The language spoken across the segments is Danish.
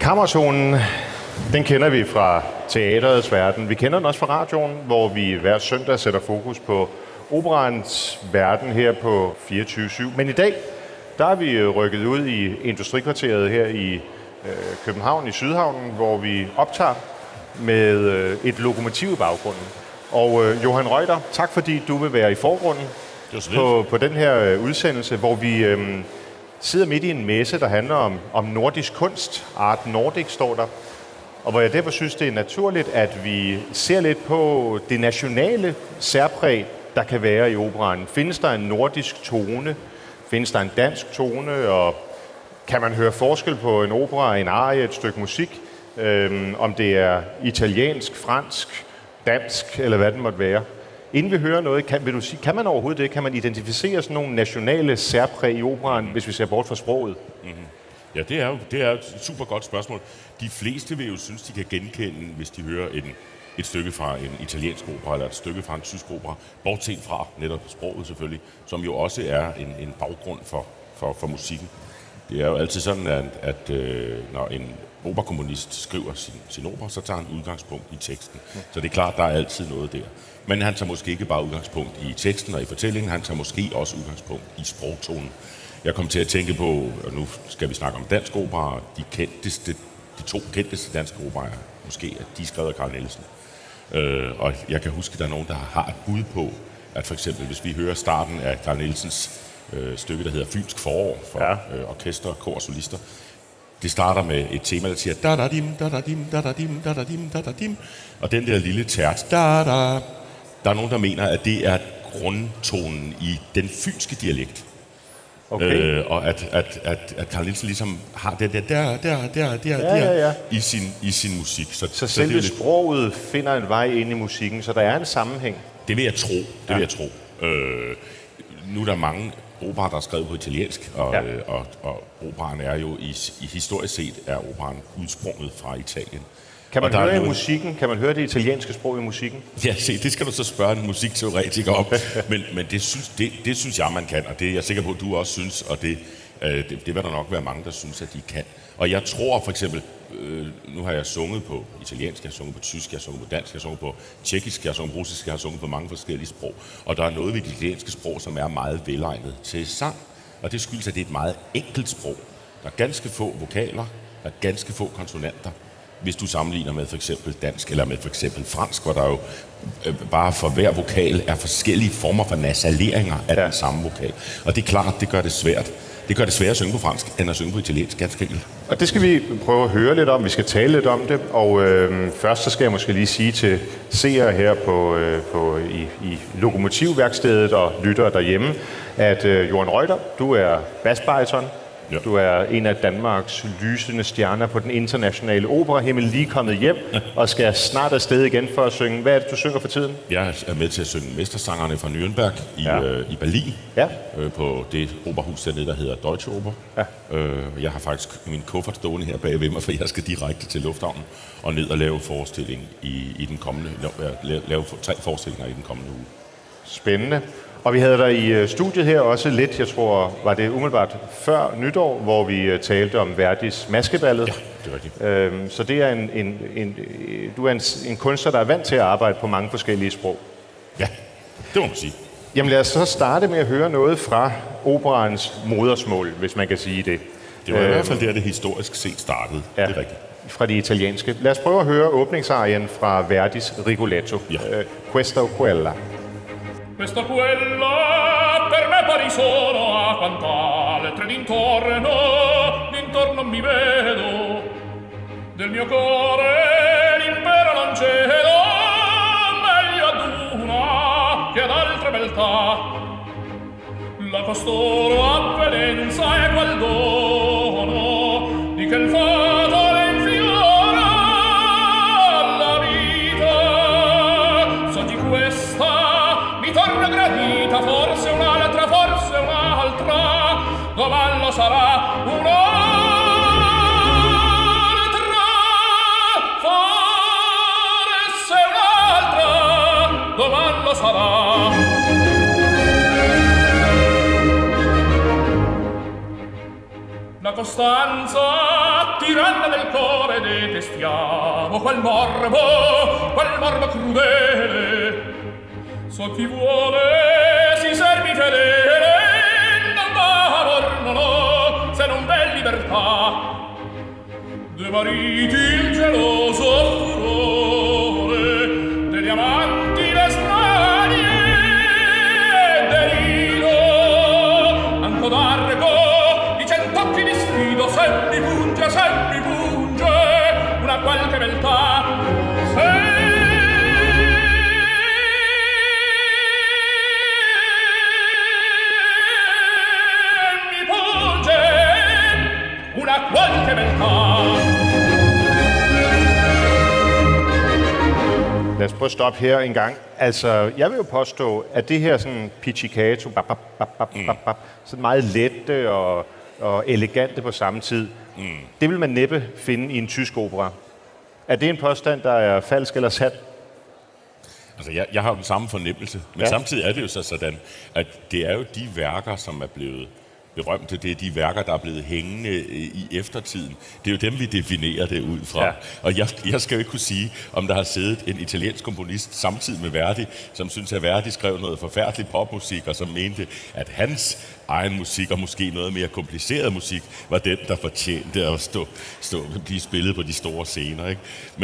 Kammertonen, den kender vi fra teaterets verden. Vi kender den også fra radioen, hvor vi hver søndag sætter fokus på operaens verden her på 24/7. Men i dag, der er vi rykket ud i industrikvarteret her i København, i Sydhavnen, hvor vi optager med et lokomotiv i baggrunden. Og Johan Reuter, tak fordi du vil være i forgrunden på den her udsendelse, hvor vi sidder midt i en messe, der handler om nordisk kunst. Art Nordic står der. Og hvor jeg derfor synes, det er naturligt, at vi ser lidt på det nationale særpræg, der kan være i operaen. Findes der en nordisk tone? Findes der en dansk tone? Og kan man høre forskel på en opera, en arie, et stykke musik? Om det er italiensk, fransk, dansk, eller hvad det måtte være. Inden vi hører noget, kan man overhovedet det? Kan man identificere sådan nogle nationale særpræg i operaen, hvis vi ser bort fra sproget? Mm-hmm. Ja, det er et super godt spørgsmål. De fleste vil jo synes, de kan genkende, hvis de hører et stykke fra en italiensk opera, eller et stykke fra en tysk opera, bortset fra netop sproget selvfølgelig, som jo også er en baggrund for musikken. Det er jo altid sådan, at når en operakomponist skriver sin opera, så tager han udgangspunkt i teksten. Så det er klart, der er altid noget der. Men han tager måske ikke bare udgangspunkt i teksten og i fortællingen, han tager måske også udgangspunkt i sprogtonen. Jeg kom til at tænke på, og nu skal vi snakke om dansk opera, de to kendteste danske operaer, måske, at de er skrevet af Carl Nielsen. Og jeg kan huske, at der er nogen, der har et bud på, at for eksempel, hvis vi hører starten af Carl Nielsens stykke, der hedder Fynsk forår, for orkester, kor og solister, det starter med et tema, der siger da-da-dim, da-da-dim, da-da-dim, da-da-dim, da-da-dim. Og den der lille tært, da-da, der er nogen, der mener, at det er grundtonen i den fynske dialekt. Okay. Og at Carl Nielsen ligesom har det der i sin musik. Så selve sproget finder en vej ind i musikken, så der er en sammenhæng. Det vil jeg tro. Nu er der mange operaer, der er skrevet på italiensk, og operaen er jo historisk set er operaen udsprunget fra Italien. Kan man høre i musikken? Kan man høre det italienske sprog i musikken? Ja, se, det skal du så spørge en musikteoretiker om. men det synes jeg, man kan, og det er jeg sikker på, at du også synes, og det vil der nok være mange, der synes, at de kan. Og jeg tror for eksempel, nu har jeg sunget på italiensk, jeg har sunget på tysk, jeg har sunget på dansk, jeg har sunget på tjekkisk, jeg har sunget på russisk, jeg har sunget på mange forskellige sprog. Og der er noget ved det italienske sprog, som er meget velegnet til sang. Og det skyldes, at det er et meget enkelt sprog. Der er ganske få vokaler, der er ganske få konsonanter. Hvis du sammenligner med for eksempel dansk eller med for eksempel fransk, hvor der jo bare for hver vokal er forskellige former for nasaleringer af den samme vokal. Og det er klart, det gør det svært. Det gør det sværere at synge på fransk, end at synge på italiensk, ganske enkelt. Og det skal vi prøve at høre lidt om. Vi skal tale lidt om det. Og først så skal jeg måske lige sige til seere her i Lokomotivværkstedet og lyttere derhjemme, at Johan Reuter, du er basbariton. Ja. Du er en af Danmarks lysende stjerner på den internationale operahimmel, lige kommet hjem og skal snart afsted igen for at synge. Hvad er det, du synger for tiden? Jeg er med til at synge Mestersangerne fra Nürnberg i Berlin, på det operahus dernede, der hedder Deutsche Oper. Ja. Jeg har faktisk min kuffert stående her bag ved mig, for jeg skal direkte til lufthavnen og ned og lave forestilling i den kommende, lave 3 forestillinger i den kommende uge. Spændende. Og vi havde der i studiet her også lidt, jeg tror, var det umiddelbart før nytår, hvor vi talte om Verdis Maskeballet. Ja, det er rigtigt. Så det er du er en kunstner, der er vant til at arbejde på mange forskellige sprog. Ja, det må man sige. Jamen lad os så starte med at høre noget fra operaens modersmål, hvis man kan sige det. Det var i hvert fald der, det historisk set startede. Ja, det er rigtigt. Fra det italienske. Lad os prøve at høre åbningsarien fra Verdis Rigoletto. Ja. Questa o quella. Questa quella per me pari sono a quant'altre d'intorno mi vedo del mio cuore l'impero non cedo meglio ad una che ad altre beltà la costoro avvenenza e quel dono di che il fato le infiora alla vita so di questa mi torna gradita, forse un'altra, cavallo sarà un'altra, forse un'altra, cavallo sarà. La costanza tiranna del core detestiamo quel morbo crudele. So chi vuole si servi fedele, non d'amor non ho se non bel libertà. De mariti il geloso furore, degli amanti le stranie, delirio anco d'arco di cent'occhi di sfido, se mi punge una qualche beltà. Qualche beltà. Lad os prøve at stoppe her en gang. Altså, jeg vil jo påstå, at det her sådan pizzicato, sådan meget lette og elegante på samme tid, det vil man næppe finde i en tysk opera. Er det en påstand, der er falsk eller sand? Altså, jeg har jo den samme fornemmelse, men samtidig er det jo så sådan, at det er jo de værker, som er blevet berømte, det er de værker, der er blevet hængende i eftertiden. Det er jo dem, vi definerer det ud fra. Ja. Og jeg skal jo ikke kunne sige, om der har siddet en italiensk komponist samtidig med Verdi, som synes, at Verdi skrev noget forfærdeligt popmusik, og som mente, at hans egen musik, og måske noget mere kompliceret musik, var den, der fortjente at blive spillet på de store scener. Ikke?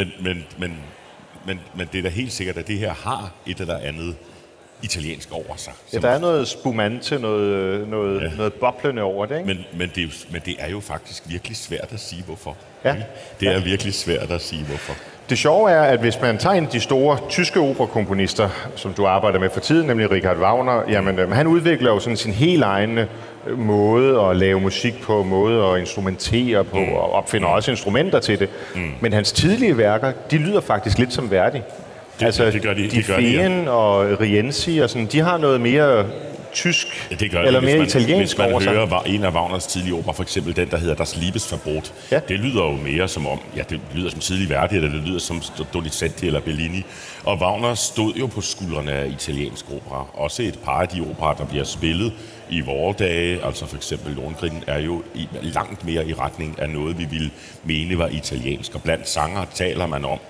Men det er da helt sikkert, at det her har et eller andet italiensk over sig. Ja, der er noget spumante, noget boblende over det, ikke? Men det er jo faktisk virkelig svært at sige, hvorfor. Ja. Det er virkelig svært at sige, hvorfor. Det sjove er, at hvis man tager en af de store tyske operakomponister, som du arbejder med for tiden, nemlig Richard Wagner, jamen han udvikler jo sådan sin helt egen måde at lave musik på, måde at instrumentere på, og opfinder også instrumenter til det. Men hans tidlige værker, de lyder faktisk lidt som Verdi. Det gør de. Feen og Rienzi og sådan, de har noget mere tysk eller mere italiensk over sig. Hvis man hører en af Wagners tidlige opera, for eksempel den, der hedder Das Liebesverbot, det lyder jo mere som om, det lyder som tidlig Verdi, eller det lyder som Donizetti eller Bellini. Og Wagner stod jo på skuldrene af italiensk opera. Også et par af de operer, der bliver spillet i vore dage, altså for eksempel Lohengrin, er jo langt mere i retning af noget, vi ville mene var italiensk. Og blandt sanger taler man om,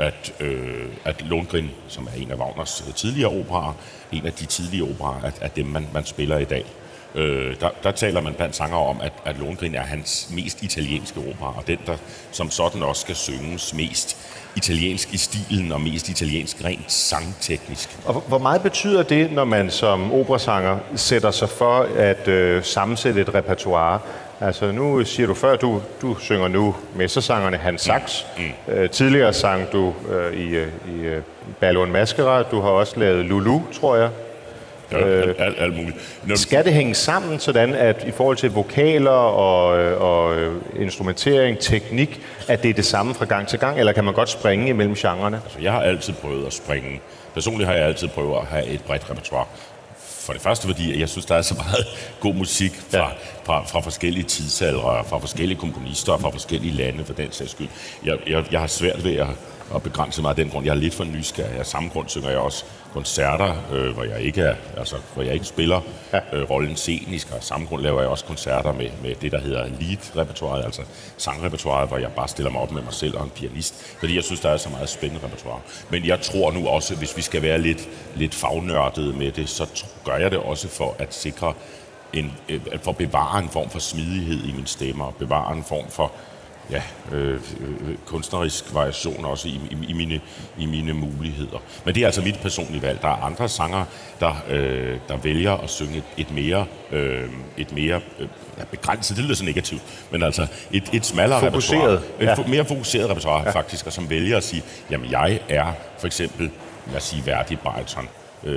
at Lohengrin, som er en af Wagners tidligere operaer, en af de tidlige operaer, af dem, man spiller i dag, der taler man blandt sanger om, at Lohengrin er hans mest italienske opera, og den, der som sådan også skal synges mest italiensk i stilen og mest italiensk rent sangteknisk. Og hvor meget betyder det, når man som operasanger sætter sig for at sammensætte et repertoire? Altså nu siger du før, du synger nu mestersangerne Hans Sachs. Tidligere sang du i Ballo & Masquerade. Du har også lavet Lulu, tror jeg. Ja, alt muligt. Skal det hænge sammen sådan, at i forhold til vokaler og instrumentering, teknik, at det er det samme fra gang til gang, eller kan man godt springe imellem genrerne? Altså, jeg har altid prøvet at springe. Personligt har jeg altid prøvet at have et bredt repertoire. For det første, fordi jeg synes, der er så meget god musik fra forskellige tidsaldre, fra forskellige komponister og fra forskellige lande, for den sags skyld. Jeg har svært ved at begrænse mig af den grund. Jeg er lidt for nysgerrig. Af samme grund synger jeg også koncerter, hvor jeg ikke spiller rollen scenisk. Og af samme grund laver jeg også koncerter med det, der hedder lead-repertoiret, altså sangrepertoiret, hvor jeg bare stiller mig op med mig selv og en pianist. Fordi jeg synes, der er så meget spændende repertoire. Men jeg tror nu også, hvis vi skal være lidt fagnørdede med det, så gør jeg det også for at sikre for at bevare en form for smidighed i min stemme, og bevare en form for kunstnerisk variation også i mine muligheder. Men det er altså mit personlige valg. Der er andre sanger, der vælger at synge et mere begrænset, det lyder så negativt, men altså et smallere repertoire. Et mere fokuseret repertoire faktisk, og som vælger at sige, jamen jeg er for eksempel, lad os sige Verdi bariton,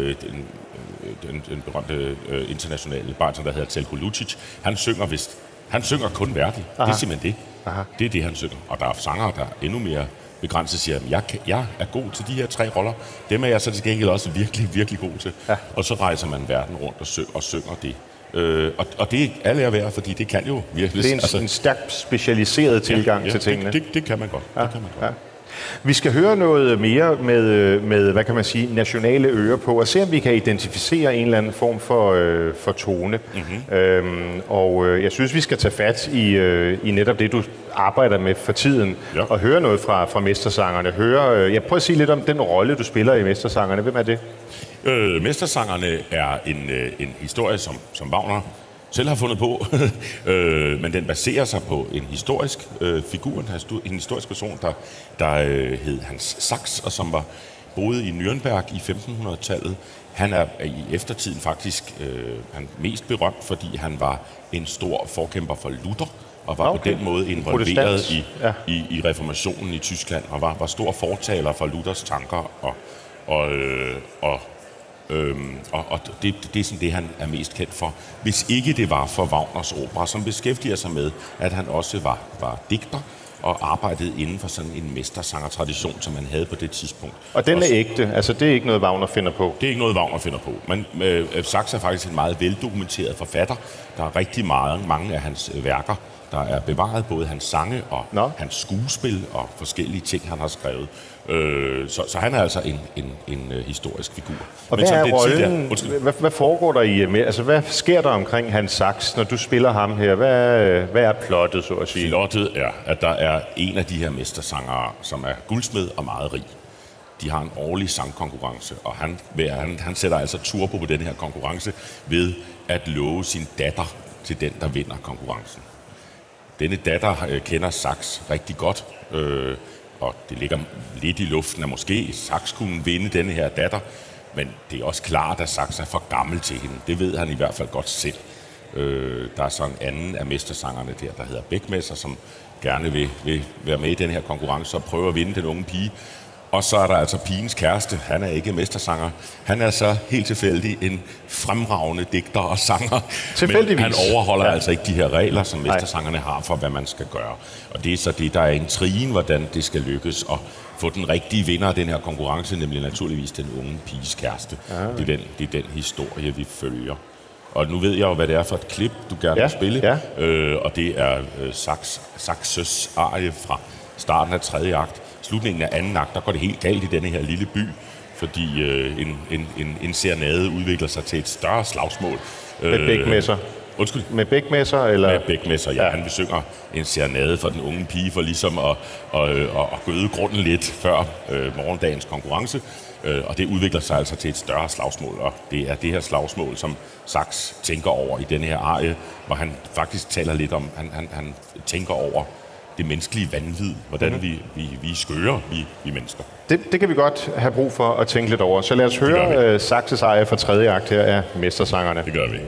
den berømte internationale bariton, der hedder Zelko Lucic. Han synger kun Verdi. Aha. Det er simpelthen det. Aha. Det er det, han synger. Og der er sanger, der er endnu mere begrænset, siger, at jeg er god til de her 3 roller. Dem er jeg så til gengæld også virkelig, virkelig god til. Ja. Og så rejser man verden rundt og synger det. Og det er alle er værd, fordi det kan jo virkelig... Det er en stærkt specialiseret tilgang til tingene. Det kan man godt. Ja. Det kan man godt. Vi skal høre noget mere med hvad kan man sige, nationale ører på, og se om vi kan identificere en eller anden form for tone. Mm-hmm. Og jeg synes, vi skal tage fat i netop det, du arbejder med for tiden, og høre noget fra Mestersangerne. Jeg prøver at sige lidt om den rolle, du spiller i Mestersangerne. Hvem er det? Mestersangerne er en historie, som Wagner selv har fundet på, men den baserer sig på en historisk figur, en historisk person, der hed Hans Sachs, og som boede i Nürnberg i 1500-tallet. Han er i eftertiden faktisk han mest berømt, fordi han var en stor forkæmper for Luther, og var på den måde involveret i reformationen i Tyskland, og var stor fortaler for Luthers tanker, og det er sådan det, han er mest kendt for. Hvis ikke det var for Wagners opera, som beskæftiger sig med, at han også var digter og arbejdede inden for sådan en mestersangertradition, som man havde på det tidspunkt. Og den er ægte? Altså, det er ikke noget, Wagner finder på? Det er ikke noget, Wagner finder på. Men Sachs er faktisk en meget veldokumenteret forfatter. Der er rigtig mange af hans værker, der er bevaret, både hans sange og hans skuespil og forskellige ting, han har skrevet. Så han er altså en historisk figur. Og hvad er rollen? Hvad foregår der i? Altså, hvad sker der omkring Hans Sachs, når du spiller ham her? Hvad er plottet, så at sige? Plottet er, at der er en af de her mestersangere, som er guldsmed og meget rig. De har en årlig sangkonkurrence, og han sætter altså turbo på den her konkurrence ved at love sin datter til den, der vinder konkurrencen. Denne datter kender Sachs rigtig godt, og det ligger lidt i luften, at måske Sachs kunne vinde denne her datter, men det er også klart, at Sachs er for gammel til hende. Det ved han i hvert fald godt selv. Der er så en anden af mestersangerne der hedder Beckmesser, som gerne vil være med i den her konkurrence og prøve at vinde den unge pige. Og så er der altså pigens kæreste. Han er ikke mestersanger. Han er så helt tilfældig en fremragende digter og sanger. Tilfældigvis. Men han overholder altså ikke de her regler, som mestersangerne har for, hvad man skal gøre. Og det er så det, der er intrigen, hvordan det skal lykkes at få den rigtige vinder af den her konkurrence, nemlig naturligvis den unge piges kæreste. Det er den historie, vi følger. Og nu ved jeg jo, hvad det er for et klip, du gerne vil spille. Og det er Sachs' arie fra starten af 3. akt. Slutningen af 2. akt, der går det helt galt i denne her lille by, fordi en serenade udvikler sig til et større slagsmål. Med Beckmesser? Undskyld? Med Beckmesser, eller? Med Beckmesser, ja. Han besynger en serenade for den unge pige, for ligesom at gøde grunden lidt før morgendagens konkurrence. Og det udvikler sig altså til et større slagsmål, og det er det her slagsmål, som Sachs tænker over i denne her arie, hvor han faktisk taler lidt om, han tænker over det menneskelige vanvid, hvordan vi skører, vi mennesker. Det kan vi godt have brug for at tænke lidt over. Så lad os høre Sachs' arie fra 3. akt her af Mestersangerne. Det gør vi.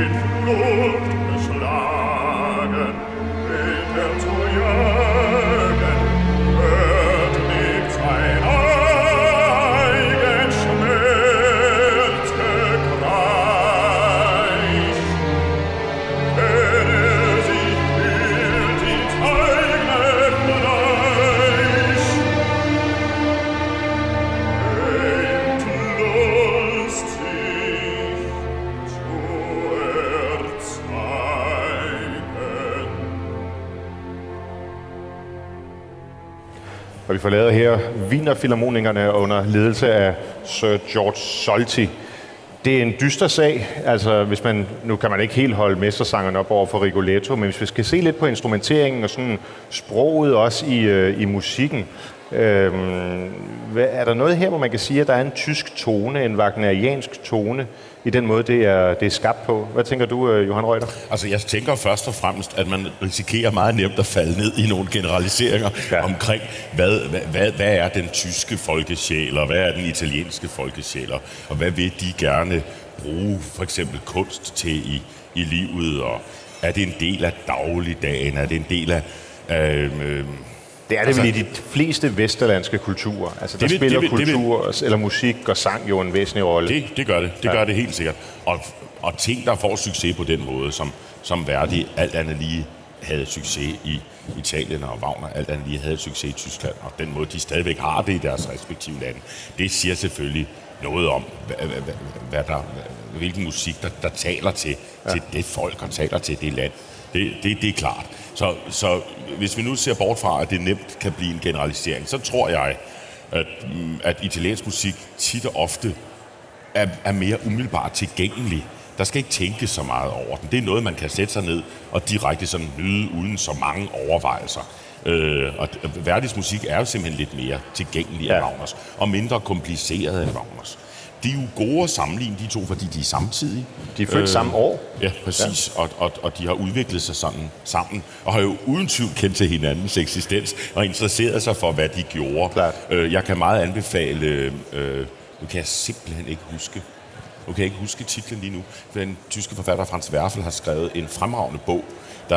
Flucht beschlagen, wird zur Jagd Og vi forlader her Wiener Philharmonikerne under ledelse af Sir George Solti. Det er en dyster sag, altså hvis man, nu kan man ikke helt holde mestersangeren op over for Rigoletto, men hvis vi skal se lidt på instrumenteringen og sådan sproget også i musikken, er der noget her, hvor man kan sige, at der er en tysk tone, en wagneriansk tone, i den måde, det er skabt på? Hvad tænker du, Johan Reuter? Altså, jeg tænker først og fremmest, at man risikerer meget nemt at falde ned i nogle generaliseringer omkring, hvad er den tyske folkesjæl, og hvad er den italienske folkesjæl, og hvad vil de gerne bruge for eksempel kunst til i livet, og er det en del af dagligdagen, er det en del af... Det er det vel i de fleste vesterlandske kulturer. Altså, der spiller kultur eller musik og sang jo en væsentlig rolle. Det gør det. Det gør det helt sikkert. Og ting, der får succes på den måde, som Verdi alt andet lige havde succes i Italien, og Wagner alt andet lige havde succes i Tyskland, og den måde, de stadigvæk har det i deres respektive lande, det siger selvfølgelig noget om, hvilken musik, der taler til det folk, og taler til det land. Det er klart. Så hvis vi nu ser bort fra, at det nemt kan blive en generalisering, så tror jeg, at italiensk musik tit og ofte er mere umiddelbart tilgængelig. Der skal ikke tænkes så meget over den. Det er noget, man kan sætte sig ned og direkte sådan nyde uden så mange overvejelser. Og Verdis musik er jo simpelthen lidt mere tilgængelig end Wagners, og mindre kompliceret end Wagners. De er jo gode at sammenligne de to, fordi de er samtidige. De er født samme år. Ja, præcis. Ja. Og de har udviklet sig sådan sammen, og har jo uden tvivl kendt til hinandens eksistens, og interesseret sig for, hvad de gjorde. Klart. Jeg kan meget anbefale, nu kan jeg simpelthen ikke huske, titlen lige nu. Den tyske forfatter Franz Werfel har skrevet en fremragende bog, der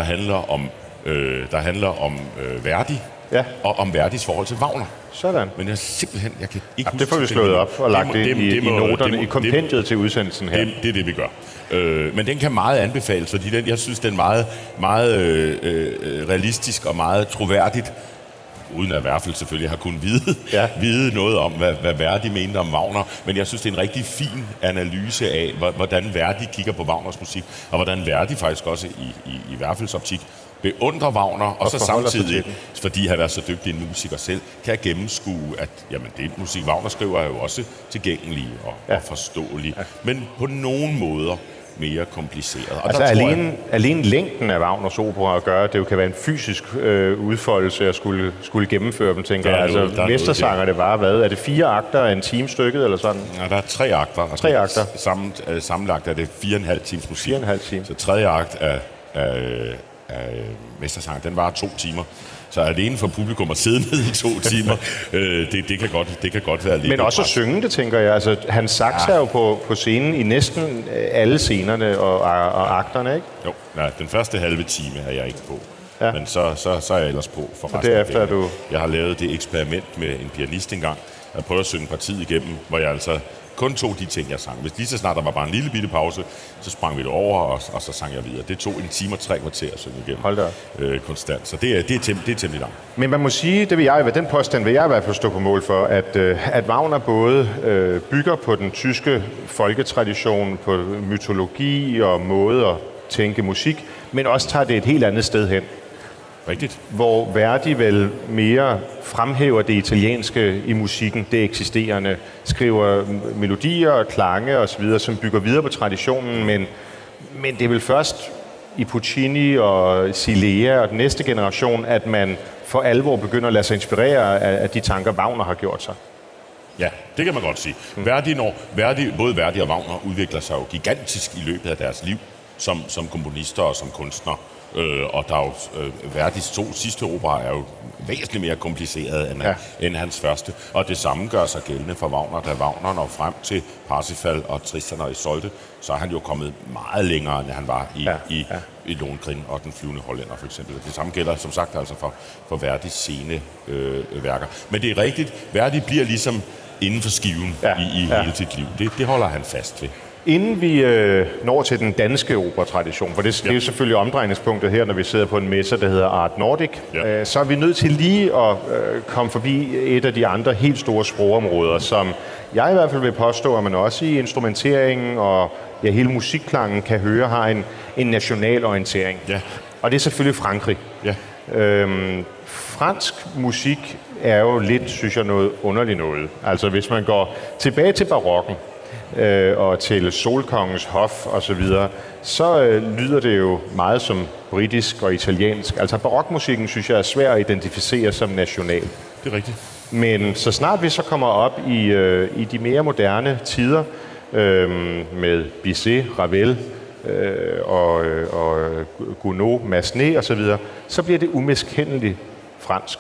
handler om Verdi, og om Verdis forhold til Wagner. Sådan. Men jeg kan ikke huske... Det får vi slået op og lagt det i noterne, i kompendiet til udsendelsen her. Det er det, vi gør. Men den kan meget anbefales, fordi jeg synes, den er meget realistisk og meget troværdigt, uden at Werfel selvfølgelig har kunnet vide noget om, hvad Verdi mente om Wagner, men jeg synes, det er en rigtig fin analyse af, hvordan Verdi kigger på Wagners musik, og hvordan Verdi faktisk også i Werfels optik beundrer Wagner, og så samtidig, fordi han er så dygtig en musiker selv, kan gennemskue, at jamen, det musik, Wagner skriver, er jo også tilgængelig og forståelig, men på nogle måder mere kompliceret. Og altså alene længden af Wagners opera at gøre, det jo kan være en fysisk udfoldelse at skulle gennemføre dem, tænker jeg. Altså, mestersangerne var hvad? Er det 4 akter af en time stykket, eller sådan? Ja, der er 3 akter. 3 akter? Sammenlagt er det 4,5 times musik. 4,5 timer. Så 3. akt af mestersang, den var 2 timer. Så alene for publikum at sidde ned i 2 timer, det kan godt være lidt. Men også at synge det, tænker jeg. Altså, han sakser jo på scenen i næsten alle scenerne og akterne, ikke? Jo, nej, den første halve time er jeg ikke på. Ja. Men så er jeg ellers på for resten af det. Jeg har lavet det eksperiment med en pianist engang. Jeg prøvede at synge partiet igennem, hvor jeg altså kun tog de ting, jeg sang. Hvis lige så snart der var bare en lille bitte pause, så sprang vi det over, og så sang jeg videre. Det tog 1 time og 3 kvarter at synge igennem. Hold da. Konstant. Så det er temmelig langt. Men man må sige, den påstand vil jeg i hvert fald stå på mål for, at Wagner både bygger på den tyske folketradition, på mytologi og måde at tænke musik, men også tager det et helt andet sted hen. Rigtigt. Hvor Verdi vel mere fremhæver det italienske i musikken, det eksisterende, skriver melodier og klange osv., som bygger videre på traditionen, men det er vel først i Puccini og Silea og den næste generation, at man for alvor begynder at lade sig inspirere af de tanker, Wagner har gjort sig. Ja, det kan man godt sige. Både Verdi og Wagner udvikler sig jo gigantisk i løbet af deres liv som komponister og som kunstnere. Og der er jo Verdis 2 sidste opera er jo væsentligt mere kompliceret end hans første. Og det samme gør sig gældende for Wagner. Da Wagner når frem til Parsifal og Tristan og Isolde, så er han jo kommet meget længere, end han var i Lohengrin og Den flyvende hollænder for eksempel. Det samme gælder som sagt altså for Verdis sene værker. Men det er rigtigt, Verdi bliver ligesom inden for skiven i hele sit liv. Det holder han fast ved. Inden vi når til den danske operatradition, for det er jo selvfølgelig omdrejningspunktet her, når vi sidder på en messe, der hedder Art Nordic, så er vi nødt til lige at komme forbi et af de andre helt store sprogområder, som jeg i hvert fald vil påstå, at man også i instrumenteringen og hele musikklangen kan høre, har en national orientering. Ja. Og det er selvfølgelig Frankrig. Ja. Fransk musik er jo lidt, synes jeg, noget underligt noget. Altså hvis man går tilbage til barokken og til Solkongens hof og så videre, så lyder det jo meget som britisk og italiensk. Altså barokmusikken, synes jeg, er svær at identificere som national. Det er rigtigt. Men så snart vi så kommer op i de mere moderne tider, med Bizet, Ravel og Gounod, Massenet og så videre, så bliver det umiskendeligt fransk.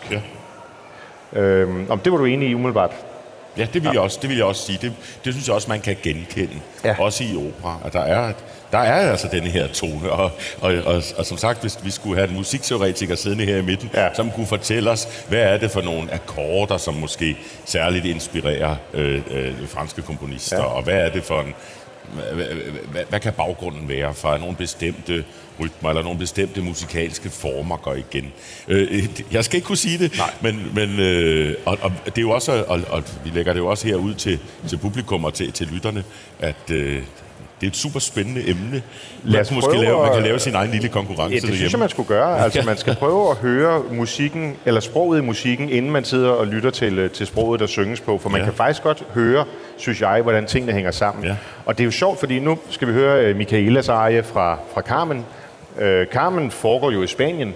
Ja. Om det var du enig i umiddelbart? Ja, det vil jeg også sige. Det synes jeg også, man kan genkende. Ja. Også i opera. At der er altså denne her tone. Og som sagt, hvis vi skulle have en musikteoretiker siddende her i midten, som kunne fortælle os, hvad er det for nogle akkorder, som måske særligt inspirerer franske komponister, og hvad er det for en... Hvad kan baggrunden være for nogle bestemte rytmer, eller nogle bestemte musikalske former går igen? Jeg skal ikke kunne sige det, men det er jo også, og vi lægger det jo også her ud til publikum og til lytterne, at det er et super spændende emne. Man kan lave sin egen lille konkurrence. Ja, det synes jeg, man skulle gøre. Altså, man skal prøve at høre musikken, eller sproget i musikken, inden man sidder og lytter til sproget, der synges på. For man kan faktisk godt høre, synes jeg, hvordan tingene hænger sammen. Ja. Og det er jo sjovt, fordi nu skal vi høre Micaelas arie fra Carmen. Carmen foregår jo i Spanien.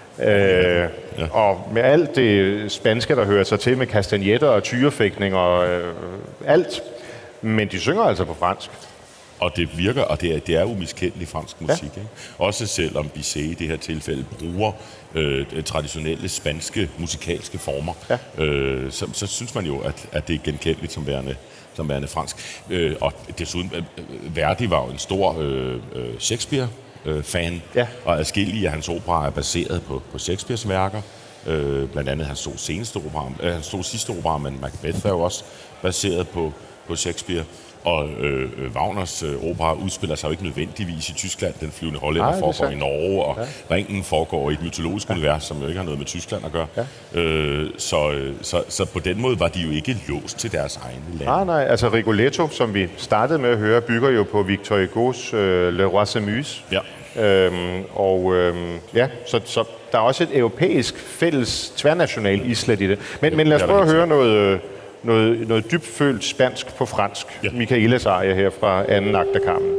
Og med alt det spanske, der hører sig til, med kastanjetter og tyrefægtning og alt. Men de synger altså på fransk. Og det virker, og det er umiskendelig fransk musik. Ikke? Også selvom Bizet i det her tilfælde bruger traditionelle spanske musikalske former, så synes man jo, at det er genkendeligt som værende fransk. Og desuden, Verdi var jo en stor Shakespeare-fan, og adskillige af hans operaer er baseret på Shakespeares værker. Blandt andet hans to sidste opera, men Macbeth er jo også baseret på Shakespeare. Og Wagners opera udspiller sig jo ikke nødvendigvis i Tyskland. Den flyvende hollænder foregår i Norge, og Ringen foregår i et mytologisk univers, som jo ikke har noget med Tyskland at gøre. Så på den måde var de jo ikke låst til deres egne lande. Nej, altså Rigoletto, som vi startede med at høre, bygger jo på Victor Hugo's Le Roi s'amuse. Ja. Så der er også et europæisk fælles tværnational islet i det. Men lad os prøve at høre noget dybfølt spansk på fransk. Ja. Micaelas arie her fra anden akt af Carmen.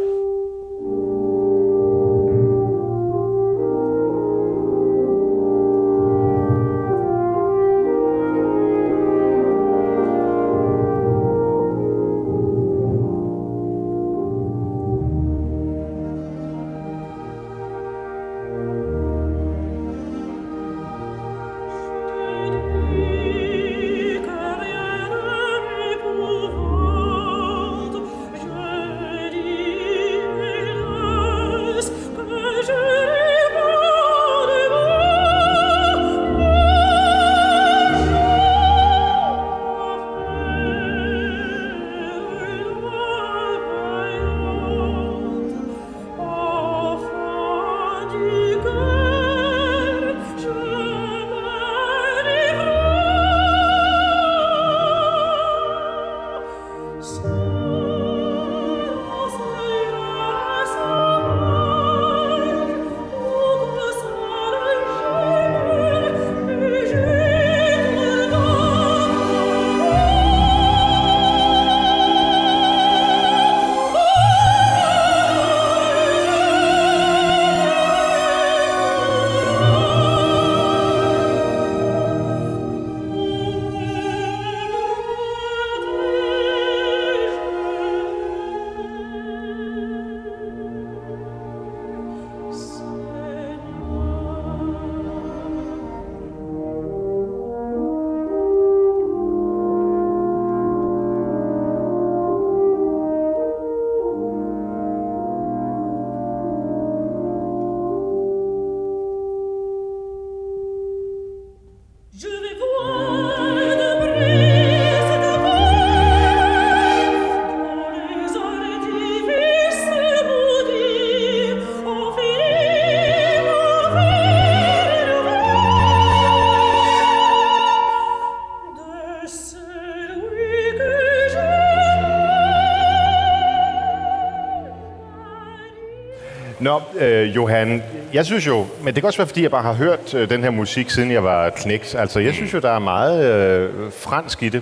Nå, Johan, jeg synes jo, men det kan også være, fordi jeg bare har hørt den her musik, siden jeg var knægt. Altså, jeg synes jo, der er meget fransk i det.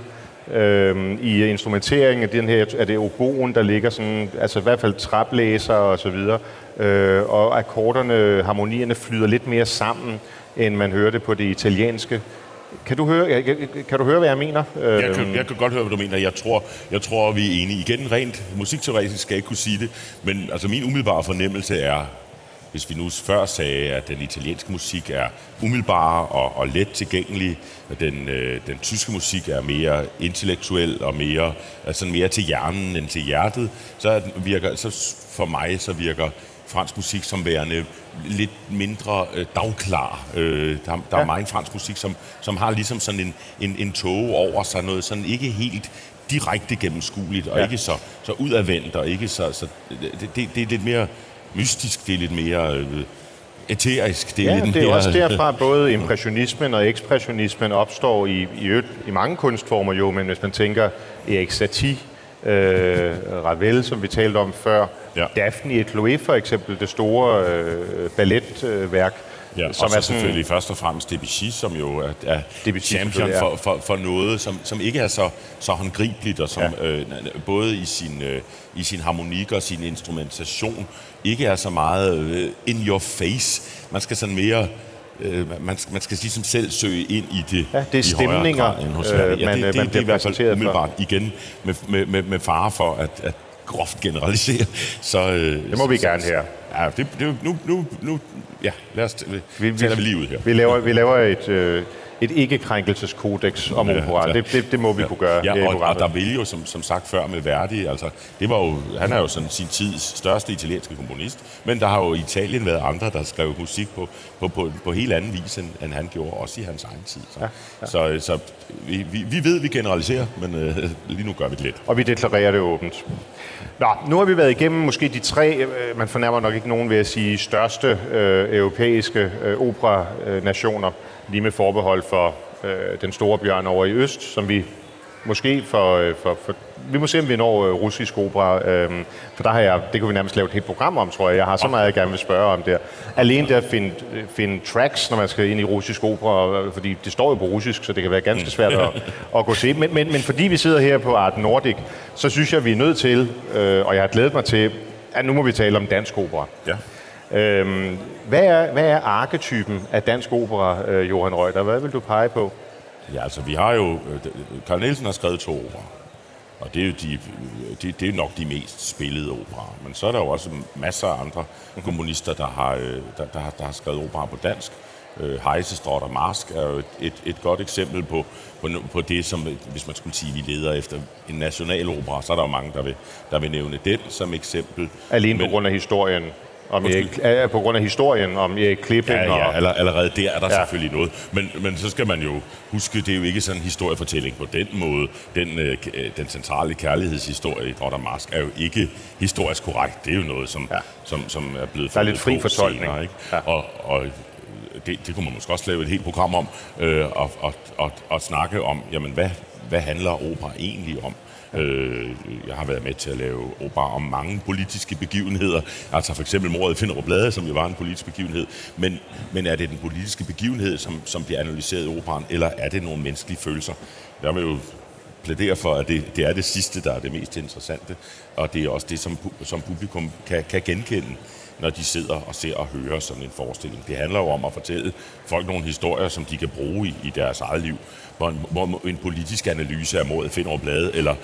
I instrumenteringen af den her, er det oboen, der ligger sådan, altså i hvert fald traplæser og så videre, og akkorderne, harmonierne flyder lidt mere sammen, end man hører det på det italienske. Kan du høre, hvad jeg mener? Jeg kan godt høre, hvad du mener. Jeg tror, vi er enige. Igen, rent musikteoretisk skal jeg ikke kunne sige det, men altså min umiddelbare fornemmelse er, hvis vi nu før sagde, at den italienske musik er umiddelbar og let tilgængelig, og den tyske musik er mere intellektuel og mere, altså mere til hjernen end til hjertet, så for mig virker fransk musik som værende lidt mindre dagklar. Der er meget fransk musik, som har ligesom sådan en tåge over sig, noget sådan ikke helt direkte gennemskueligt, og ikke så udadvendt, og ikke så det er lidt mere mystisk, det er lidt mere æterisk. Det er også derfra, både impressionismen og ekspressionismen opstår i mange kunstformer jo, men hvis man tænker Erik Satie, Ravel, som vi talte om før, Daphne et Chloé for eksempel, det store balletværk. Ja, som og så er selvfølgelig først og fremmest Debussy, som jo er champion for noget, som ikke er så håndgribeligt, og som både i sin harmonik og sin instrumentation ikke er så meget in your face. Man skal sådan mere man skal ligesom selv søge ind i det. Ja, det er stemninger, man bliver præsenteret umiddelbart igen med fare for at groft generalisere. Så, det må vi gerne her. Ja, nu lad os taler vi lige ud her. Vi laver et ikke-krænkelseskodex om operaen. Det må vi kunne gøre. Ja, og der vil jo, som sagt før med Verdi, altså, han er jo sådan sin tids største italienske komponist, men der har jo i Italien været andre, der skrev musik på helt anden vis, end han gjorde, også i hans egen tid. Så vi ved, vi generaliserer, men lige nu gør vi det lidt. Og vi deklarerer det åbent. Nå, nu har vi været igennem måske de tre, man fornærmer nok ikke nogen ved at sige, største europæiske operanationer, lige med forbehold for den store bjørn over i øst, som vi måske vi må se, om vi når russisk opera, for det kunne vi nærmest lave et helt program om, tror jeg. Jeg har så meget, jeg gerne vil spørge om der. Alene det at finde tracks, når man skal ind i russisk opera, fordi det står jo på russisk, så det kan være ganske svært at gå se. Men fordi vi sidder her på Art Nordic, så synes jeg, vi er nødt til, og jeg har glædet mig til, at nu må vi tale om dansk opera. Ja. Hvad er arketypen af dansk opera, Johan Reuter? Hvad vil du pege på? Ja, altså vi har jo... Carl Nielsen har skrevet 2 operaer, og det er jo det er nok de mest spillede operaer. Men så er der jo også masser af andre komponister, der har skrevet operaer på dansk. Heisestrott og Marsk er jo et godt eksempel på det, som, hvis man skulle sige, vi leder efter en nationalopera, så er der jo mange, der vil nævne den som eksempel. Alene på grund af historien? På grund af historien om Erik Klipping? Ja, allerede der er der selvfølgelig noget. Men så skal man jo huske, det er jo ikke sådan en historiefortælling på den måde. Den centrale kærlighedshistorie i Drott og Marsk er jo ikke historisk korrekt. Det er jo noget, som er blevet... Der er lidt fri fortolkning. Senere, ikke? Ja. Og det kunne man måske også lave et helt program om, og snakke om, jamen hvad handler opera egentlig om? Jeg har været med til at lave opera om mange politiske begivenheder. Altså for eksempel mordet i Finderup Lade, som jo var en politisk begivenhed. Men er det den politiske begivenhed, som bliver analyseret i operaen, eller er det nogle menneskelige følelser? Jeg vil jo plædere for, at det er det sidste, der er det mest interessante. Og det er også det, som publikum kan genkende, når de sidder og ser og hører sådan en forestilling. Det handler jo om at fortælle folk nogle historier, som de kan bruge i deres eget liv. Hvor en politisk analyse af mordet i Finderup Lade, eller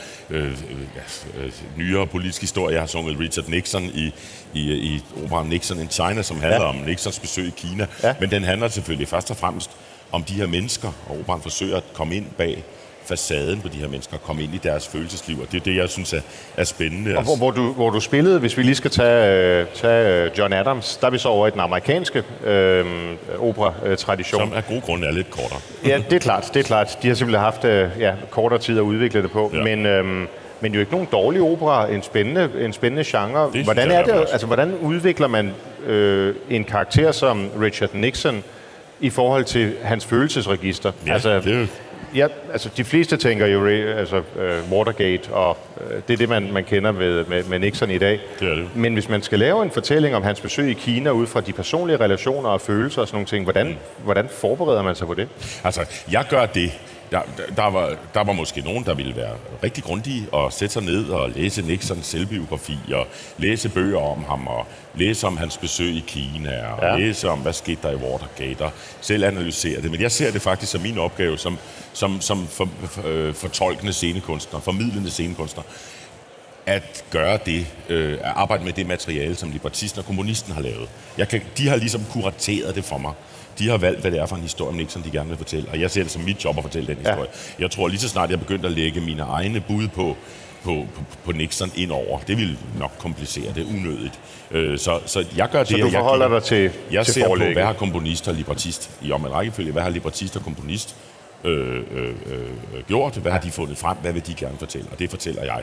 nyere politisk historie. Jeg har sunget Richard Nixon i operaen Nixon in China, som handler om Nixons besøg i Kina. Ja. Men den handler selvfølgelig først og fremmest om de her mennesker, og operaen forsøger at komme ind bag facaden på de her mennesker, komme ind i deres følelsesliv, og det er det, jeg synes er spændende. Og hvor du spillede, hvis vi lige skal tage John Adams, der er vi så over i den amerikanske opera-tradition. Som af gode grunde er lidt kortere. Ja, det er klart. De har simpelthen haft kortere tid at udvikle det på, men jo ikke nogen dårlig opera, en spændende genre. Hvordan udvikler man en karakter som Richard Nixon i forhold til hans følelsesregister? Ja, Ja, altså de fleste tænker jo Watergate, og det er det, man kender med Nixon i dag. Det er det. Men hvis man skal lave en fortælling om hans besøg i Kina ud fra de personlige relationer og følelser og sådan nogle ting, hvordan forbereder man sig på det? Altså, jeg gør det. Der var måske nogen, der ville være rigtig grundige og sætte sig ned og læse Nixons selvbiografi og læse bøger om ham og læse om hans besøg i Kina og læse om, hvad skete der i Watergate og selv analysere det. Men jeg ser det faktisk som min opgave som fortolkende scenekunstner, formidlende scenekunstner, at gøre det, at arbejde med det materiale, som libertisten og kommunisten har lavet. De har ligesom kurateret det for mig. De har valgt, hvad det er for en historie om Nixon, de gerne vil fortælle. Og jeg ser det som mit job at fortælle den historie. Jeg tror lige så snart, jeg begyndte at lægge mine egne bud på Nixon ind over. Det ville nok komplicere det unødigt. Så jeg gør det. Så du forholder dig til jeg til ser forlægget. på, hvad har komponist og libertist i om en rækkefølge. Hvad har libertist og komponist gjort? Hvad har de fundet frem? Hvad vil de gerne fortælle? Og det fortæller jeg.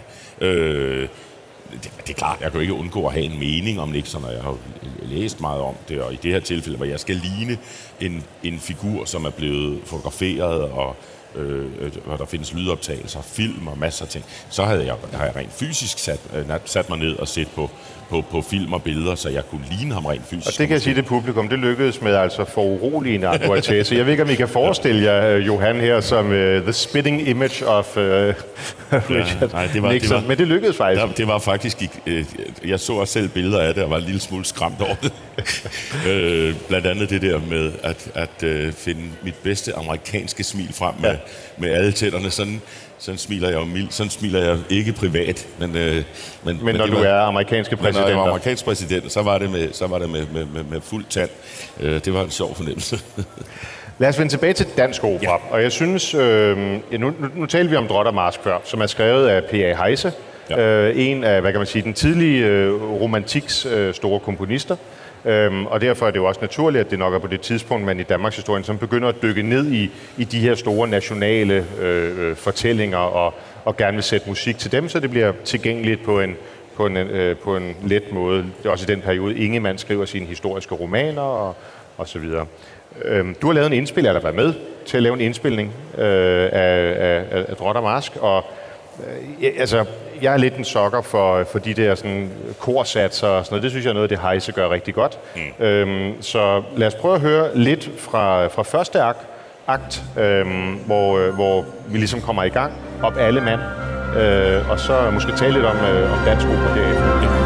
Det er klart, jeg kan jo ikke undgå at have en mening om Nixon, og jeg har jo læst meget om det, og i det her tilfælde, hvor jeg skal ligne en figur, som er blevet fotograferet, og hvor der findes lydoptagelser, film og masser af ting, så har jeg rent fysisk sat mig ned og set på film og billeder, så jeg kunne ligne ham rent fysisk. Og det kan jeg sige, det publikum, det lykkedes med altså for uroligende akkuratesse. Jeg ved ikke, om I kan forestille jer Johan her som the spitting image of Richard Nixon, men det lykkedes faktisk. Det var faktisk ikke... Jeg så selv billeder af det, og var en lille smule skræmt over det. Blandt andet det der med at finde mit bedste amerikanske smil frem med alle tænderne. Sådan smiler jeg jo mildt. Sådan smiler jeg ikke privat. Men når du er amerikanske præsident. Når jeg var amerikansk præsident, så var det med fuld tand. Det var en sjov fornemmelse. Lad os vende tilbage til dansk opera. Ja. Og jeg synes, nu talte vi om Drot og Marsk før, som er skrevet af P.A. Heise. Ja. En af, hvad kan man sige, den tidlige romantiks store komponister. Og derfor er det jo også naturligt, at det nok er på det tidspunkt, man i Danmarks historien som begynder at dykke ned i de her store nationale fortællinger og gerne vil sætte musik til dem, så det bliver tilgængeligt på en let måde. Det er også i den periode, Ingemann skriver sine historiske romaner og så videre. Du har lavet en indspilning, eller været med til at lave en indspilning af Drot og Marsk, og jeg er lidt en sokker for de der sådan korsatser og sådan noget. Det synes jeg er noget, det Heise gør rigtig godt. Så lad os prøve at høre lidt fra første akt, hvor vi ligesom kommer i gang, op alle mand, og så måske tale lidt om dansk opera derefter.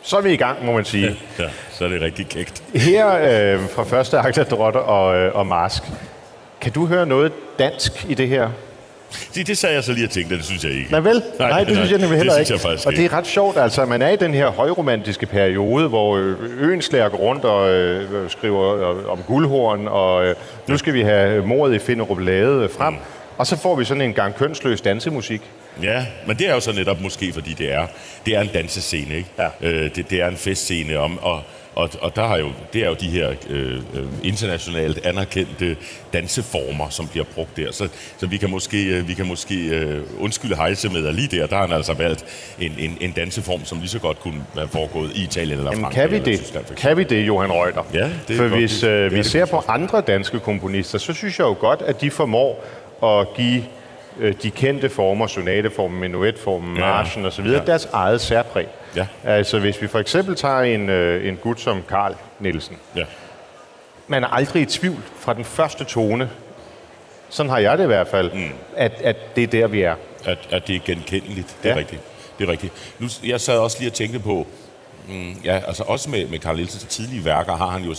Så er vi i gang, må man sige. Ja, så er det rigtig kægt. Her fra første akt af Drot og Mask. Kan du høre noget dansk i det her? Det sagde jeg så lige og tænkte, det synes jeg ikke. Nej vel? Nej, det synes jeg nemlig heller ikke. Og det er ret sjovt, altså, at man er i den her højromantiske periode, hvor Øenslager går rundt og skriver om guldhorn, og nu skal vi have mordet i Finderup Lade frem. Og så får vi sådan en gang kønsløs dansemusik. Ja, men det er jo så netop måske, fordi det er en dansescene, ikke? Ja. Det er en festscene og der har jo, det er jo de her internationalt anerkendte danseformer, som bliver brugt der. Så vi kan måske undskylde hejse med, at lige der har han altså valgt en danseform, som lige så godt kunne være foregået i Italien eller Frankrig. Kan vi det? Kan vi det, Johan Reuter? Ja, det for hvis vi ser på andre danske komponister, så synes jeg jo godt, at de formår at give de kendte former, sonateformen, menuetformen, marchen osv., deres eget særpræg. Ja. Altså hvis vi for eksempel tager en gut som Carl Nielsen. Ja. Man er aldrig i tvivl fra den første tone, sådan har jeg det i hvert fald, at det er der, vi er. At det er genkendeligt, det er rigtigt. Det er rigtigt. Nu, jeg sad også lige og tænkte på, altså også med Carl Nielsens tidlige værker har han jo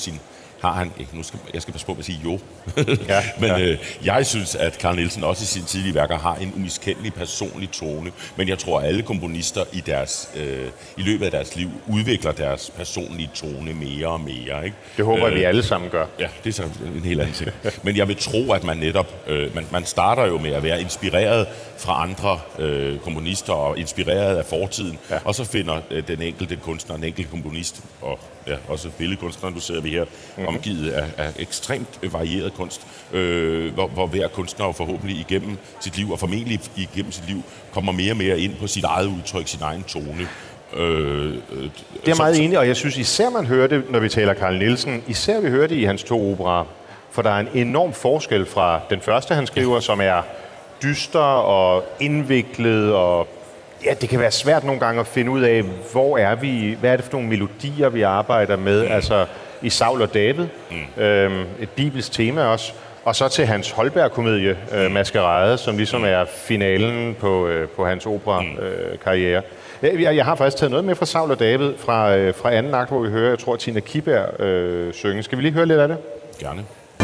jeg skal passe på at sige jo. Men jeg synes, at Carl Nielsen også i sine tidlige værker har en umiskendelig personlig tone. Men jeg tror, at alle komponister i løbet af deres liv udvikler deres personlige tone mere og mere. Ikke? Det håber vi alle sammen gør. Ja, det er så en helt anden ting. Men jeg vil tro, at man netop... man starter jo med at være inspireret fra andre komponister og inspireret af fortiden. Ja. Og så finder den enkelte kunstner, en enkelt komponist og også billedkunstneren, du ser vi her, omgivet af ekstremt varieret kunst, hvor hver kunstner forhåbentlig igennem sit liv, og formentlig igennem sit liv, kommer mere og mere ind på sit eget udtryk, sin egen tone. Det er meget enig, og jeg synes især, man hører det, når vi taler Carl Nielsen, især vi hører det i hans 2 operaer, for der er en enorm forskel fra den første, han skriver, som er dyster og indviklet, og ja, det kan være svært nogle gange at finde ud af, hvor er vi, hvad er det for nogle melodier, vi arbejder med, altså i Saul og David, et bibelsk tema også, og så til hans Holberg-komedie, Maskerade, som ligesom er finalen på hans opera-karriere. Jeg har faktisk taget noget med fra Saul og David, fra anden akt, hvor vi hører, jeg tror, Tina Kiberg synge. Skal vi lige høre lidt af det? Gerne.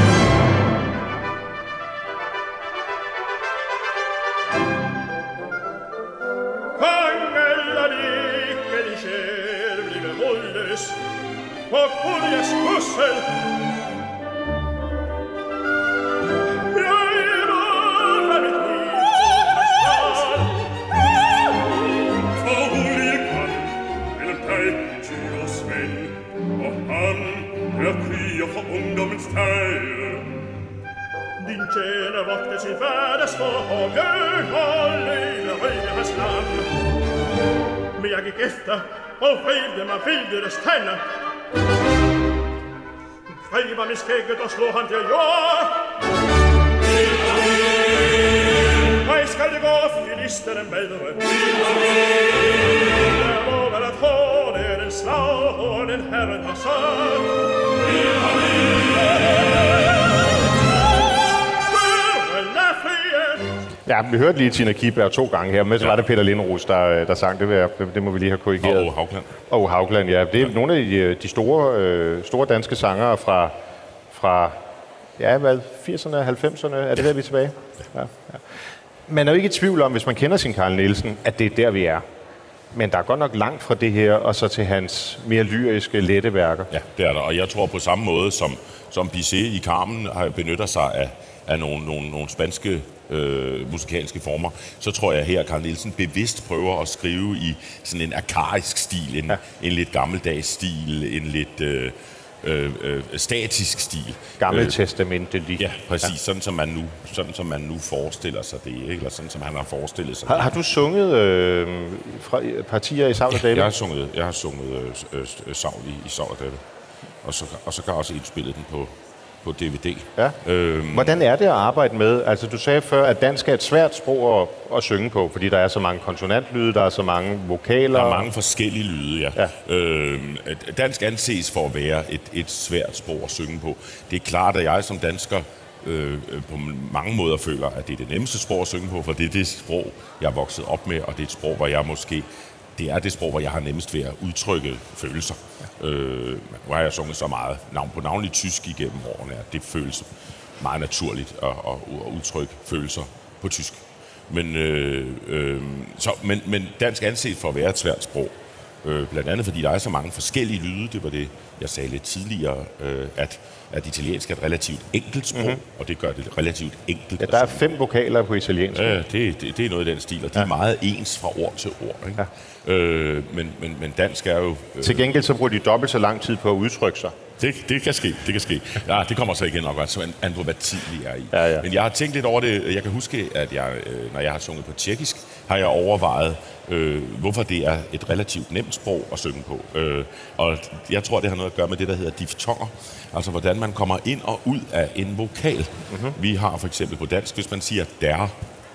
Men jeg gik efter og vrede mig vildt deres tænder. Greb ham i skægget og slog ham til jord. Hej skal det gå, filisterne medre. Der må vel at hårde den slag, og den herren har sagt. Ja, vi hørte lige Tina Kiberg 2 gange her, men så var det Peter Lindroos, der sang. Det må vi lige have korrigeret. Og Haugland. Og Haugland, ja. Det er nogle af de store danske sangere fra 80'erne og 90'erne. Er det der, vi er tilbage? Ja. Man er jo ikke i tvivl om, hvis man kender sin Carl Nielsen, at det er der, vi er. Men der er godt nok langt fra det her, og så til hans mere lyriske, lette værker. Ja, det er der. Og jeg tror på samme måde, som Bizet i Carmen benytter sig af nogle spanske musikalske former, så tror jeg her, at Carl Nielsen bevidst prøver at skrive i sådan en arkaisk stil, en lidt gammeldags stil, en lidt statisk stil. Gammeltestamentlig. Ja, præcis. Ja. Sådan som man nu forestiller sig det, ikke? Eller sådan som han har forestillet sig. Har du sunget partier i Saul og David? Jeg har sunget Saul i Saul og David. Og så kan jeg også indspille den på DVD. Ja. Hvordan er det at arbejde med? Altså, du sagde før, at dansk er et svært sprog at synge på, fordi der er så mange konsonantlyde, der er så mange vokaler. Der er mange forskellige lyde, ja. Dansk anses for at være et svært sprog at synge på. Det er klart, at jeg som dansker på mange måder føler, at det er det nemmeste sprog at synge på, for det er det sprog, jeg er vokset op med, og det er et sprog, hvor jeg måske det er det sprog, hvor jeg har nemmest ved at udtrykke følelser. Nu har jeg sunget så meget på navnlig tysk igennem årene, at det føles meget naturligt at udtrykke følelser på tysk. Men dansk anset for at være et svært sprog. Blandt andet fordi der er så mange forskellige lyde. Det var det, jeg sagde lidt tidligere, at italiensk er et relativt enkelt sprog, og det gør det relativt enkelt. Ja, der er 5 vokaler på italiensk. Ja, det er noget af den stil, og de er meget ens fra ord til ord. Ikke? Ja. Men dansk er jo... Til gengæld så bruger de dobbelt så lang tid på at udtrykke sig. Det kan ske. Ja, det kommer så igen nok så an på, hvad tid vi er i. Ja. Men jeg har tænkt lidt over det. Jeg kan huske, at når jeg har sunget på tjekkisk, har jeg overvejet, hvorfor det er et relativt nemt sprog at synge på. Og jeg tror, det har noget at gøre med det, der hedder diftonger. Altså, hvordan man kommer ind og ud af en vokal. Vi har for eksempel på dansk, hvis man siger der,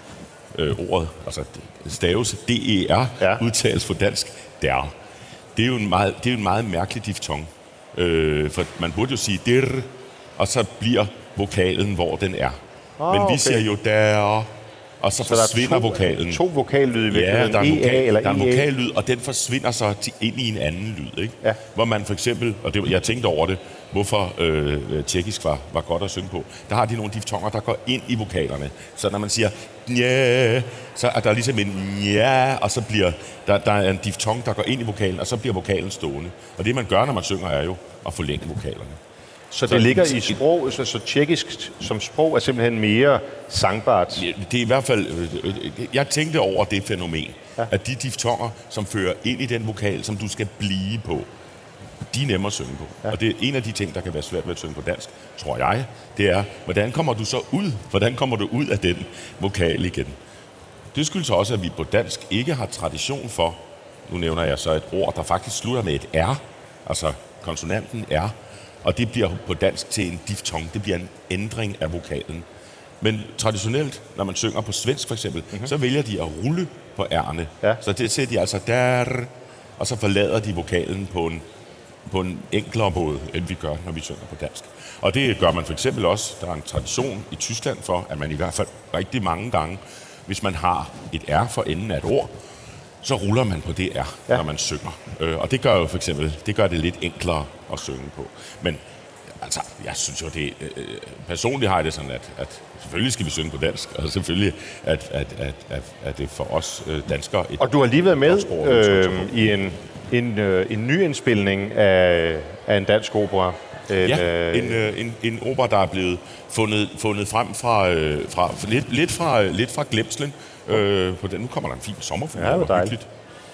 ordet, altså staves D-E-R, udtales på dansk der. Det er jo en meget mærkelig diftong. For man burde jo sige der, og så bliver vokalen, hvor den er. Men vi siger jo der, og så forsvinder vokalen. 2 vokallyde i virkeligheden. Ja, der er en vokallyd, og den forsvinder så ind i en anden lyd. Ikke? Ja. Hvor man for eksempel, og jeg tænkte over det, hvorfor tjekkisk var godt at synge på. Der har de nogle diftonger, der går ind i vokalerne. Så når man siger nja, så er der ligesom en nja, og så bliver der er en diftong, der går ind i vokalen, og så bliver vokalen stående. Og det man gør, når man synger, er jo at forlænge vokalerne. Så det ligger i sprog, så tjekkisk som sprog er simpelthen mere sangbart? Det er i hvert fald... Jeg tænkte over det fænomen, at de diftonger, som fører ind i den vokal, som du skal blive på, de er nemme at synge på. Og det er en af de ting, der kan være svært ved at synge på dansk, tror jeg, det er, hvordan kommer du så ud? Hvordan kommer du ud af den vokal igen? Det skyldes også, at vi på dansk ikke har tradition for, nu nævner jeg så et ord, der faktisk slutter med et R, altså konsonanten R, og det bliver på dansk til en diftong. Det bliver en ændring af vokalen. Men traditionelt, når man synger på svensk for eksempel, så vælger de at rulle på R'erne. Ja. Så det ser de altså der, og så forlader de vokalen på en enklere måde, end vi gør, når vi synger på dansk. Og det gør man for eksempel også. Der er en tradition i Tyskland for, at man i hvert fald rigtig mange gange, hvis man har et R for enden af et ord, så ruller man på det R, når man synger. Og det gør jo for eksempel, det gør det lidt enklere at synge på. Men altså, jeg synes jo, det personligt har jeg det sådan, at selvfølgelig skal vi synge på dansk, og selvfølgelig at det for os danskere... Og du har lige været med i en ny indspilning af en dansk opera. En opera, der er blevet fundet frem fra lidt fra glemslen. På den. Nu kommer der en fin sommerfugl. Ja, det er dejligt.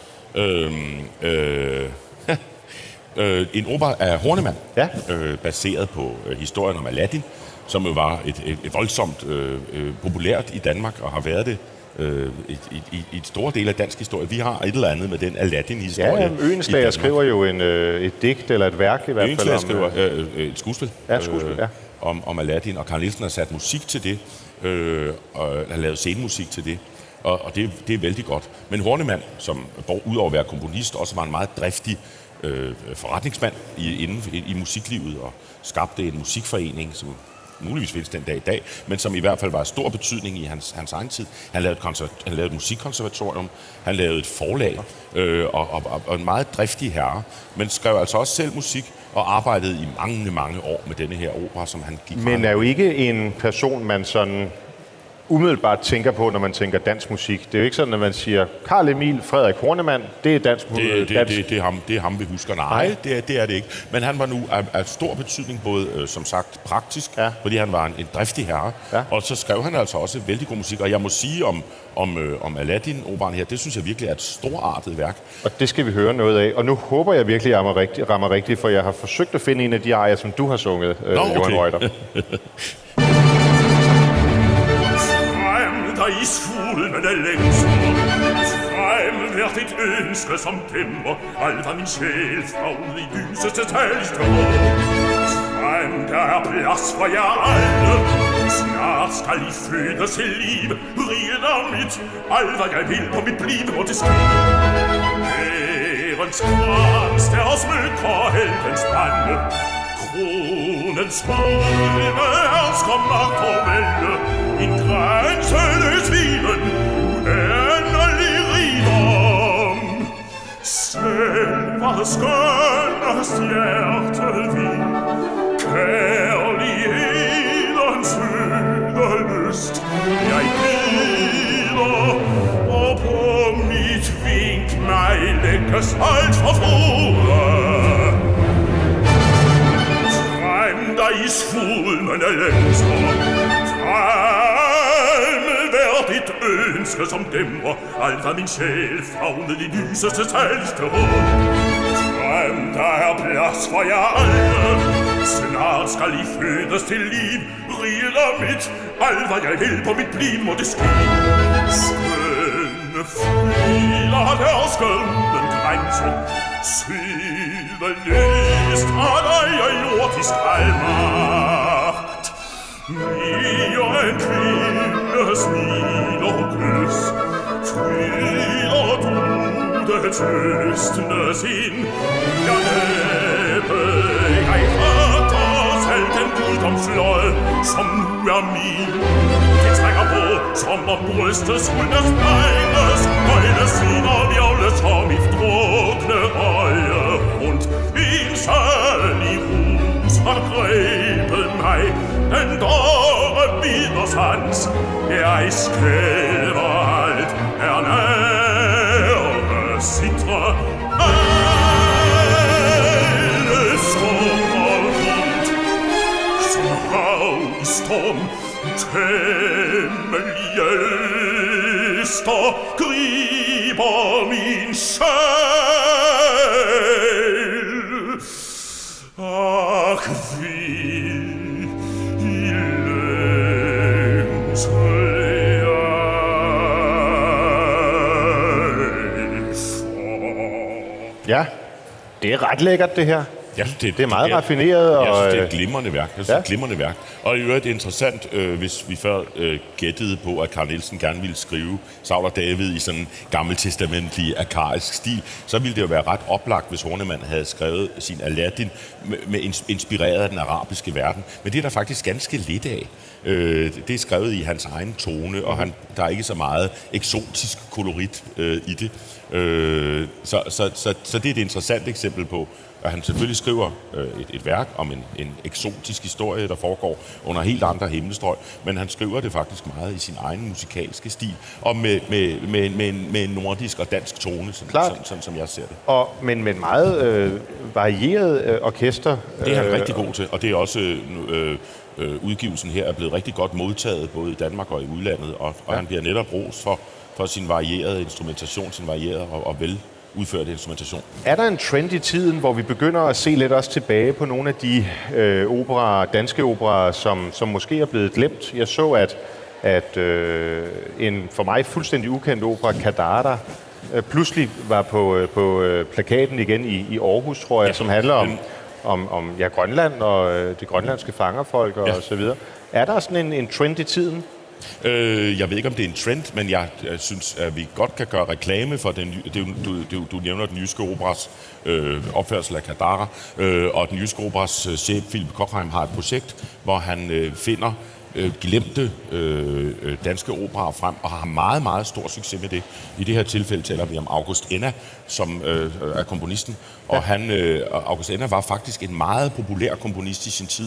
En opera af Hornemann, baseret på historien om Aladdin, som jo var et voldsomt populært i Danmark, og har været det i et store del af dansk historie. Vi har et eller andet med den Aladdin-historie. Ja, Øenslager skriver jo et digt eller et værk i hvert fald. Øenslager skriver et skuespil, skuespil om Aladdin, og Carl Nielsen har sat musik til det, og har lavet scenemusik til det. Og det er vældig godt. Men Hornemann, som udover at være komponist, også var en meget driftig forretningsmand i musiklivet, og skabte en musikforening, som muligvis findes den dag i dag, men som i hvert fald var af stor betydning i hans egen tid. Han lavede et musikkonservatorium, han lavede et forlag, og en meget driftig herre, men skrev altså også selv musik, og arbejdede i mange, mange år med denne her opera, som han gik. Men er jo ikke en person, man sådan umiddelbart tænker på, når man tænker dansk musik. Det er jo ikke sådan, at man siger, Carl Emil Frederik Hornemann, det er dansk musik. Det er ham, vi husker. Nej, det er det ikke. Men han var nu af stor betydning, både som sagt praktisk, fordi han var en driftig herre, og så skrev han altså også vældig god musik. Og jeg må sige om Aladdin-operaen her, det synes jeg virkelig er et storartet værk. Og det skal vi høre noget af. Og nu håber jeg virkelig, at jeg rammer rigtigt, for jeg har forsøgt at finde en af de arier, som du har sunget, Johan Reuter. Der is fulmende længsel, fremmel hvert dit ønske som dæmmer, alt hvad min sjæl fra ud i lyseste talste råd. Frem, der er plads for jer alle, snart skal I fødes til live, rigen af mit, alt hvad jeg vil på mit blive må til ske. Ærens krans, der smykker heltens pande, kronens røde elsker magt og vælge, en grænseløs viden, uendelig rigdom. skønnest hjerte vi, kærlighedens høde lyst, jeg gider, og på mit vink mig lægges alt for fode. Frem dig i svulmende længser, dit ønske som dæmrer alt af min sjæl favnet i lyseste talste rum. Frem, der er plads for jer alle. Snart skal I fødes til liv. Riget er mit. Alt hvad jeg vil på mit liv må det ske. Skønne filer der skønnen grænse. Sydeløst har dig og jordisk almagt. Mere en kvinde smil og kys, tryder du det trøstende sind. Jeg næppe, jeg fatter selv den guddomsfløj, som nu er min. Det trænger på, som om brystet skulle spejles, øjne siner virvle som i drukne øje rundt. En særlig rus har grebet mig, den dåre bider sans, jeg skælver alt, er nære sitre. Alle skummer vildt, som hav i storm, tæmmelige lyster griber min sjæl. Ach, ja, det er ret lækkert, det her. Ja, det er meget raffineret. Jeg synes, det er et glimrende værk. Jeg synes, det er et glimrende værk. Og i øvrigt er det interessant, hvis vi før gættede på, at Carl Nielsen gerne ville skrive Saul og David i sådan en gammeltestamentlig arkaisk stil, så ville det jo være ret oplagt, hvis Hornemann havde skrevet sin Aladdin inspireret af den arabiske verden. Men det er der faktisk ganske lidt af. Det er skrevet i hans egen tone, og der er ikke så meget eksotisk kolorit i det. Så det er et interessant eksempel på, at han selvfølgelig skriver et værk om en eksotisk historie, der foregår under helt andre himmelstrøg, men han skriver det faktisk meget i sin egen musikalske stil, og med en nordisk og dansk tone, som jeg ser det. Men med meget varieret orkester. Det er han rigtig god til, og det er også... udgivelsen her er blevet rigtig godt modtaget, både i Danmark og i udlandet, og han bliver netop rost for sin varierede instrumentation, sin varierede og vel udførte instrumentation. Er der en trend i tiden, hvor vi begynder at se lidt også tilbage på nogle af de danske operaer, som måske er blevet glemt? Jeg så, at en for mig fuldstændig ukendt opera, Kadada, pludselig var på plakaten igen i Aarhus, tror jeg, som handler om Grønland og det grønlandske fangerfolk og så videre. Er der sådan en trend i tiden? Jeg ved ikke, om det er en trend, men jeg synes, at vi godt kan gøre reklame for den. Du nævner den jyske operas opførsel af Kadara, og den jyske operas chef, Philip Kochheim, har et projekt, hvor han finder glemte danske operaer frem, og har meget, meget stor succes med det. I det her tilfælde taler vi om August Enna, som er komponisten, og August Enna var faktisk en meget populær komponist i sin tid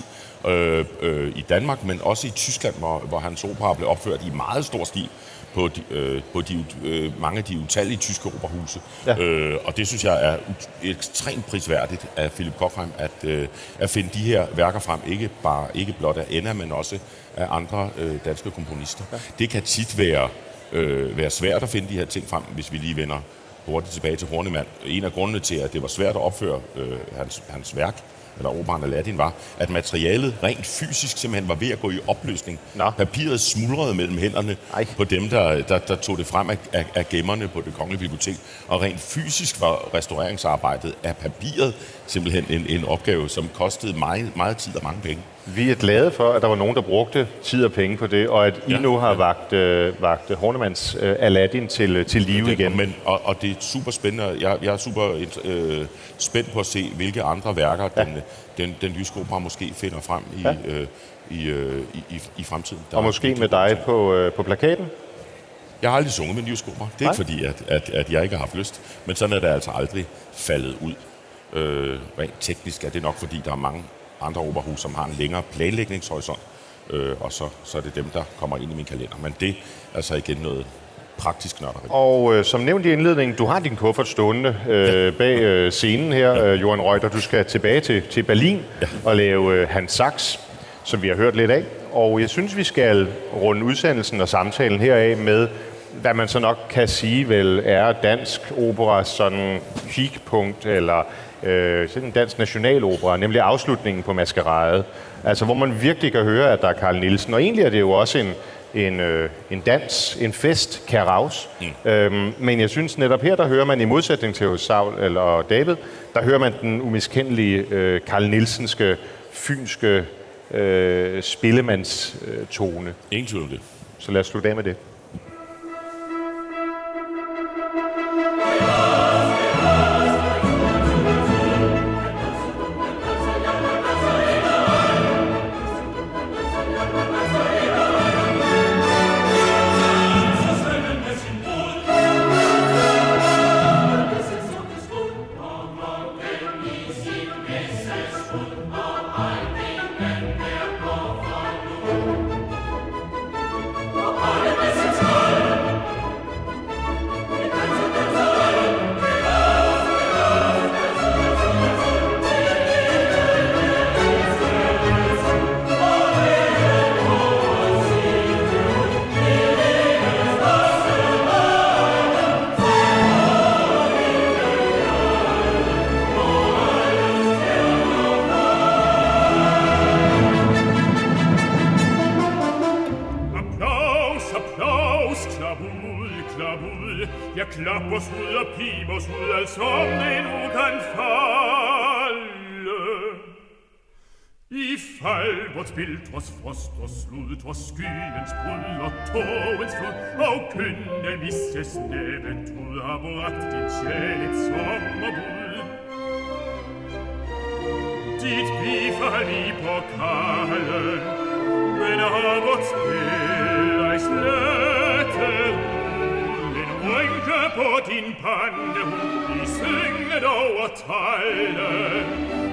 i Danmark, men også i Tyskland, hvor hans opera blev opført i meget stor stil på mange af de utallige tyske operahuse. Og det synes jeg er ekstremt prisværdigt af Philip Kochheim at finde de her værker frem, ikke blot af Enna, men også af andre danske komponister. Det kan tit være svært at finde de her ting frem, hvis vi lige vender hurtigt tilbage til Hornemann. En af grundene til, at det var svært at opføre hans værk, eller operaen Aladdin, var, at materialet rent fysisk simpelthen var ved at gå i opløsning. Papiret smuldrede mellem hænderne på dem, der tog det frem af gemmerne på Det Kongelige Bibliotek. Og rent fysisk var restaureringsarbejdet af papiret simpelthen en opgave, som kostede meget, meget tid og mange penge. Vi er glade for, at der var nogen, der brugte tid og penge på det, og at I nu har vagt Hornemanns Aladdin til live igen. Og det er super spændende. Jeg er super spændt på at se, hvilke andre værker den jyske opera måske finder frem i fremtiden. Og måske med dig på plakaten? Jeg har aldrig sunget med en jysk opera. Det er ikke fordi, at jeg ikke har haft lyst, men sådan er det altså aldrig faldet ud. Rent teknisk er det nok, fordi der er mange andre operahus, som har en længere planlægningshorisont, og så er det dem, der kommer ind i min kalender. Men det er altså igen noget praktisk nørderi. Og som nævnt i indledningen, du har din kuffert stående bag scenen her, Johan Reuter. Du skal tilbage til Berlin og lave Hans Sachs, som vi har hørt lidt af. Og jeg synes, vi skal runde udsendelsen og samtalen heraf med, hvad man så nok kan sige vel er dansk operas sådan peakpunkt, eller sådan en dansk nationalopera, nemlig afslutningen på Maskerade. Altså, hvor man virkelig kan høre, at der er Carl Nielsen. Og egentlig er det jo også en dans, en fest, Karaus. Men jeg synes netop her, der hører man i modsætning til hos Saul eller David, der hører man den umiskendelige Carl Nielsenske, fynske spillemandstone. Ingen tvivl om det. Så lad os slutte af med det. Jeg klapper svud og piber svud, alt som det nu kan falde. I fald, hvor spil, trods frost og slud, trods skyens brud og tågens flod, og kønne visses nævetud har bragt din sjæl et sommerbud. Dit bifald i pokalen, men har vort spil ej slette rynke på din pande, I synget over tejlen.